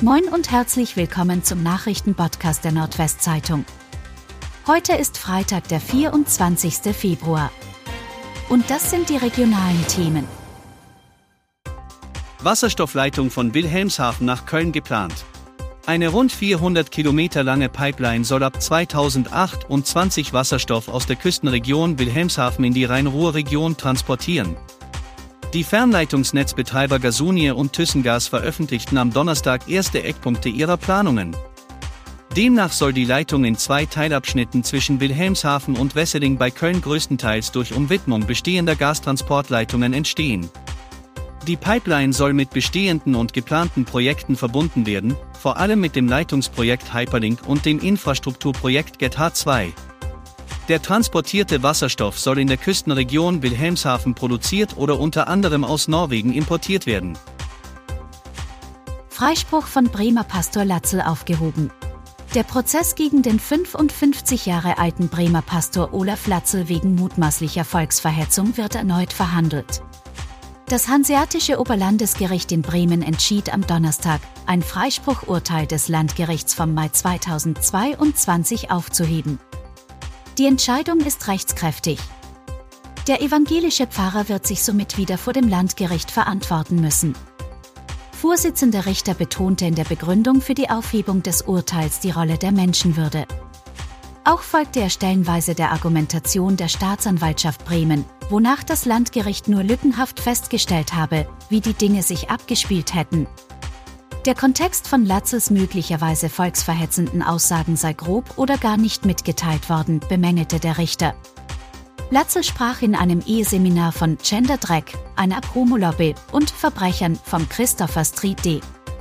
Moin und herzlich willkommen zum Nachrichtenpodcast der Nordwestzeitung. Heute ist Freitag, der 24. Februar. Und das sind die regionalen Themen. Wasserstoffleitung von Wilhelmshaven nach Köln geplant. Eine rund 400 Kilometer lange Pipeline soll ab 2028 Wasserstoff aus der Küstenregion Wilhelmshaven in die Rhein-Ruhr-Region transportieren. Die Fernleitungsnetzbetreiber Gasunie und ThyssenGas veröffentlichten am Donnerstag erste Eckpunkte ihrer Planungen. Demnach soll die Leitung in 2 Teilabschnitten zwischen Wilhelmshaven und Wesseling bei Köln größtenteils durch Umwidmung bestehender Gastransportleitungen entstehen. Die Pipeline soll mit bestehenden und geplanten Projekten verbunden werden, vor allem mit dem Leitungsprojekt Hyperlink und dem Infrastrukturprojekt GetH2. Der transportierte Wasserstoff soll in der Küstenregion Wilhelmshaven produziert oder unter anderem aus Norwegen importiert werden. Freispruch von Bremer Pastor Latzel aufgehoben. Der Prozess gegen den 55 Jahre alten Bremer Pastor Olaf Latzel wegen mutmaßlicher Volksverhetzung wird erneut verhandelt. Das Hanseatische Oberlandesgericht in Bremen entschied am Donnerstag, ein Freispruchurteil des Landgerichts vom Mai 2022 aufzuheben. Die Entscheidung ist rechtskräftig. Der evangelische Pfarrer wird sich somit wieder vor dem Landgericht verantworten müssen. Vorsitzender Richter betonte in der Begründung für die Aufhebung des Urteils die Rolle der Menschenwürde. Auch folgte er stellenweise der Argumentation der Staatsanwaltschaft Bremen, wonach das Landgericht nur lückenhaft festgestellt habe, wie die Dinge sich abgespielt hätten. Der Kontext von Latzels möglicherweise volksverhetzenden Aussagen sei grob oder gar nicht mitgeteilt worden, bemängelte der Richter. Latzel sprach in einem Eheseminar von Genderdreck, einer Promolobby und Verbrechern vom Christopher Street D.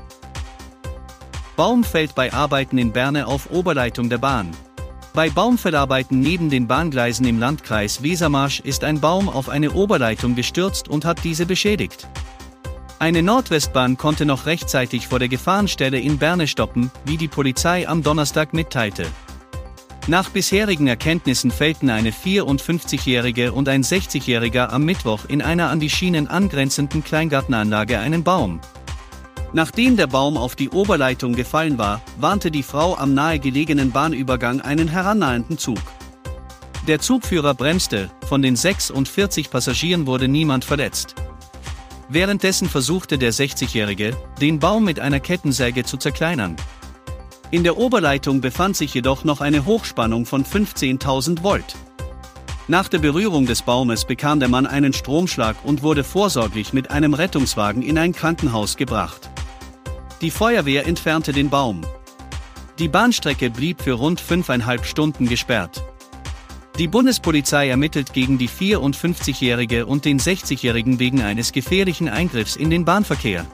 Baum fällt bei Arbeiten in Berne auf Oberleitung der Bahn. Bei Baumfellarbeiten neben den Bahngleisen im Landkreis Wesermarsch ist ein Baum auf eine Oberleitung gestürzt und hat diese beschädigt. Eine Nordwestbahn konnte noch rechtzeitig vor der Gefahrenstelle in Berne stoppen, wie die Polizei am Donnerstag mitteilte. Nach bisherigen Erkenntnissen fällten eine 54-Jährige und ein 60-Jähriger am Mittwoch in einer an die Schienen angrenzenden Kleingartenanlage einen Baum. Nachdem der Baum auf die Oberleitung gefallen war, warnte die Frau am nahegelegenen Bahnübergang einen herannahenden Zug. Der Zugführer bremste, von den 46 Passagieren wurde niemand verletzt. Währenddessen versuchte der 60-Jährige, den Baum mit einer Kettensäge zu zerkleinern. In der Oberleitung befand sich jedoch noch eine Hochspannung von 15.000 Volt. Nach der Berührung des Baumes bekam der Mann einen Stromschlag und wurde vorsorglich mit einem Rettungswagen in ein Krankenhaus gebracht. Die Feuerwehr entfernte den Baum. Die Bahnstrecke blieb für rund 5,5 Stunden gesperrt. Die Bundespolizei ermittelt gegen die 54-Jährige und den 60-Jährigen wegen eines gefährlichen Eingriffs in den Bahnverkehr.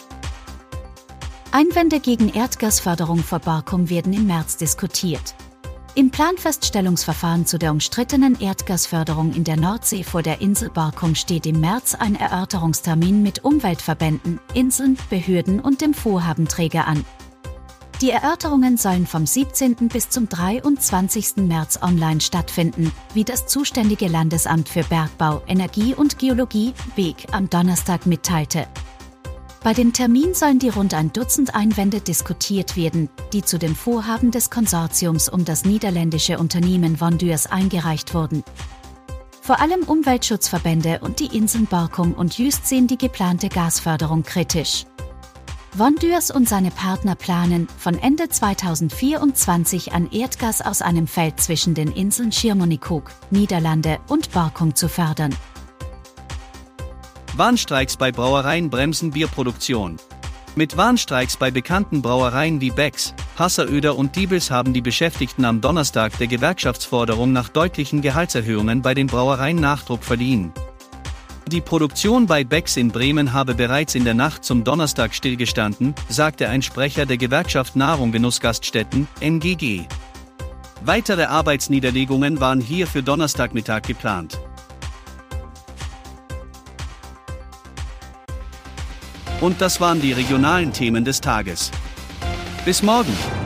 Einwände gegen Erdgasförderung vor Borkum werden im März diskutiert. Im Planfeststellungsverfahren zu der umstrittenen Erdgasförderung in der Nordsee vor der Insel Borkum steht im März ein Erörterungstermin mit Umweltverbänden, Inseln, Behörden und dem Vorhabenträger an. Die Erörterungen sollen vom 17. bis zum 23. März online stattfinden, wie das zuständige Landesamt für Bergbau, Energie und Geologie, BEG, am Donnerstag mitteilte. Bei dem Termin sollen die rund ein Dutzend Einwände diskutiert werden, die zu dem Vorhaben des Konsortiums um das niederländische Unternehmen Wonduurs eingereicht wurden. Vor allem Umweltschutzverbände und die Inseln Borkum und Jüst sehen die geplante Gasförderung kritisch. Wonduurs und seine Partner planen, von Ende 2024 an Erdgas aus einem Feld zwischen den Inseln Schiermonnikoog, Niederlande und Borkum zu fördern. Warnstreiks bei Brauereien bremsen Bierproduktion. Mit Warnstreiks bei bekannten Brauereien wie Becks, Hasseröder und Diebels haben die Beschäftigten am Donnerstag der Gewerkschaftsforderung nach deutlichen Gehaltserhöhungen bei den Brauereien Nachdruck verliehen. Die Produktion bei Becks in Bremen habe bereits in der Nacht zum Donnerstag stillgestanden, sagte ein Sprecher der Gewerkschaft Nahrung Genussgaststätten, NGG. Weitere Arbeitsniederlegungen waren hier für Donnerstagmittag geplant. Und das waren die regionalen Themen des Tages. Bis morgen!